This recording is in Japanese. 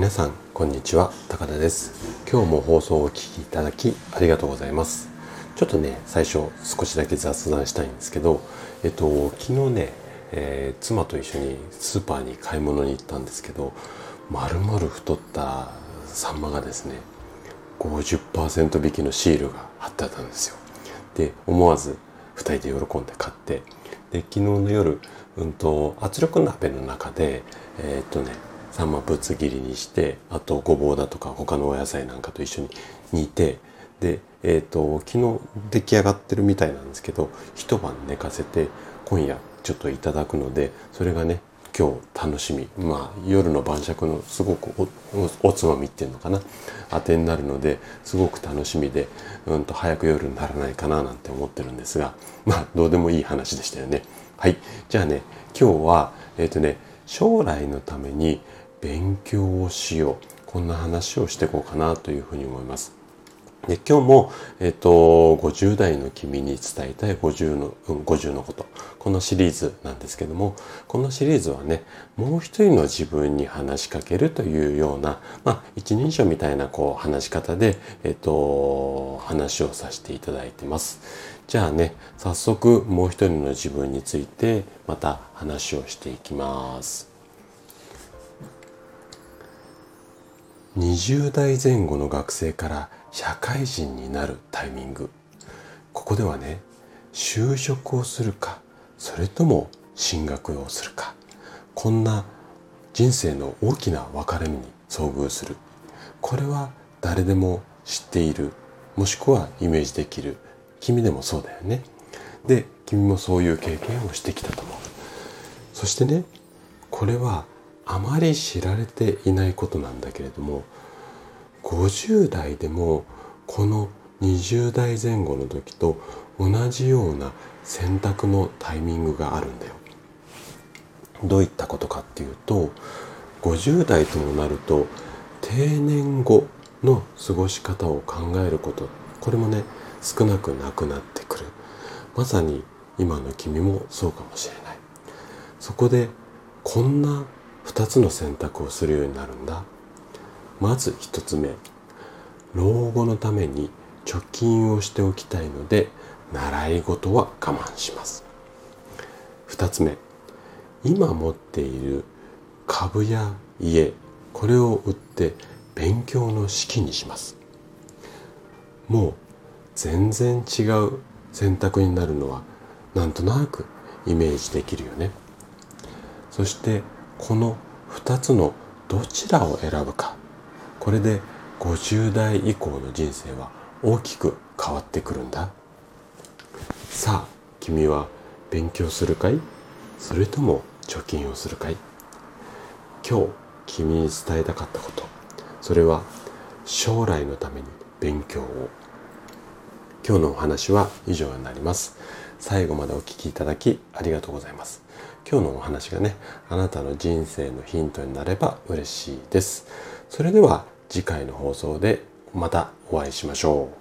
皆さんこんにちは、高田です。今日も放送をお聞きいただきありがとうございます。ちょっとね、最初少しだけ雑談したいんですけど、昨日ね、妻と一緒にスーパーに買い物に行ったんですけど、丸々太ったサンマがですね、50% 引きのシールが貼ってあったんですよ。で、思わず2人で喜んで買って、で、昨日の夜、圧力鍋の中で、サンマぶつ切りにして、あとごぼうだとか他のお野菜なんかと一緒に煮て、で、昨日出来上がってるみたいなんですけど、一晩寝かせて今夜ちょっといただくので、それがね、今日楽しみ、夜の晩酌のすごく おつまみっていうのかな、当てになるのですごく楽しみで、早く夜にならないかななんて思ってるんですが、どうでもいい話でしたよね。はい、じゃあね、今日は将来のために勉強をしよう、こんな話をしていこうかなというふうに思います。で、今日も、50代の君に伝えたい50のこと、このシリーズなんですけども、このシリーズはね、もう一人の自分に話しかけるというような、一人称みたいな話し方で、話をさせていただいてます。じゃあね、早速もう一人の自分についてまた話をしていきます。20代前後の学生から社会人になるタイミング、ここではね、就職をするかそれとも進学をするか、こんな人生の大きな分かれ目に遭遇する。これは誰でも知っている、もしくはイメージできる。君でもそうだよね。で、君もそういう経験をしてきたと思う。そしてね、これはあまり知られていないことなんだけれども、50代でもこの20代前後の時と同じような選択のタイミングがあるんだよ。どういったことかっていうと、50代ともなると定年後の過ごし方を考えること、これもね、少なくなくなってくる。まさに今の君もそうかもしれない。そこでこんな2つの選択をするようになるんだ。まず1つ目、老後のために貯金をしておきたいので習い事は我慢します。2つ目、今持っている株や家、これを売って勉強の資金にします。もう全然違う選択になるのはなんとなくイメージできるよね。そしてこの2つのどちらを選ぶか、これで50代以降の人生は大きく変わってくるんだ。さあ、君は勉強するかい？それとも貯金をするかい？今日君に伝えたかったこと、それは将来のために勉強を。今日のお話は以上になります。最後までお聞きいただきありがとうございます。今日のお話がね、あなたの人生のヒントになれば嬉しいです。それでは次回の放送でまたお会いしましょう。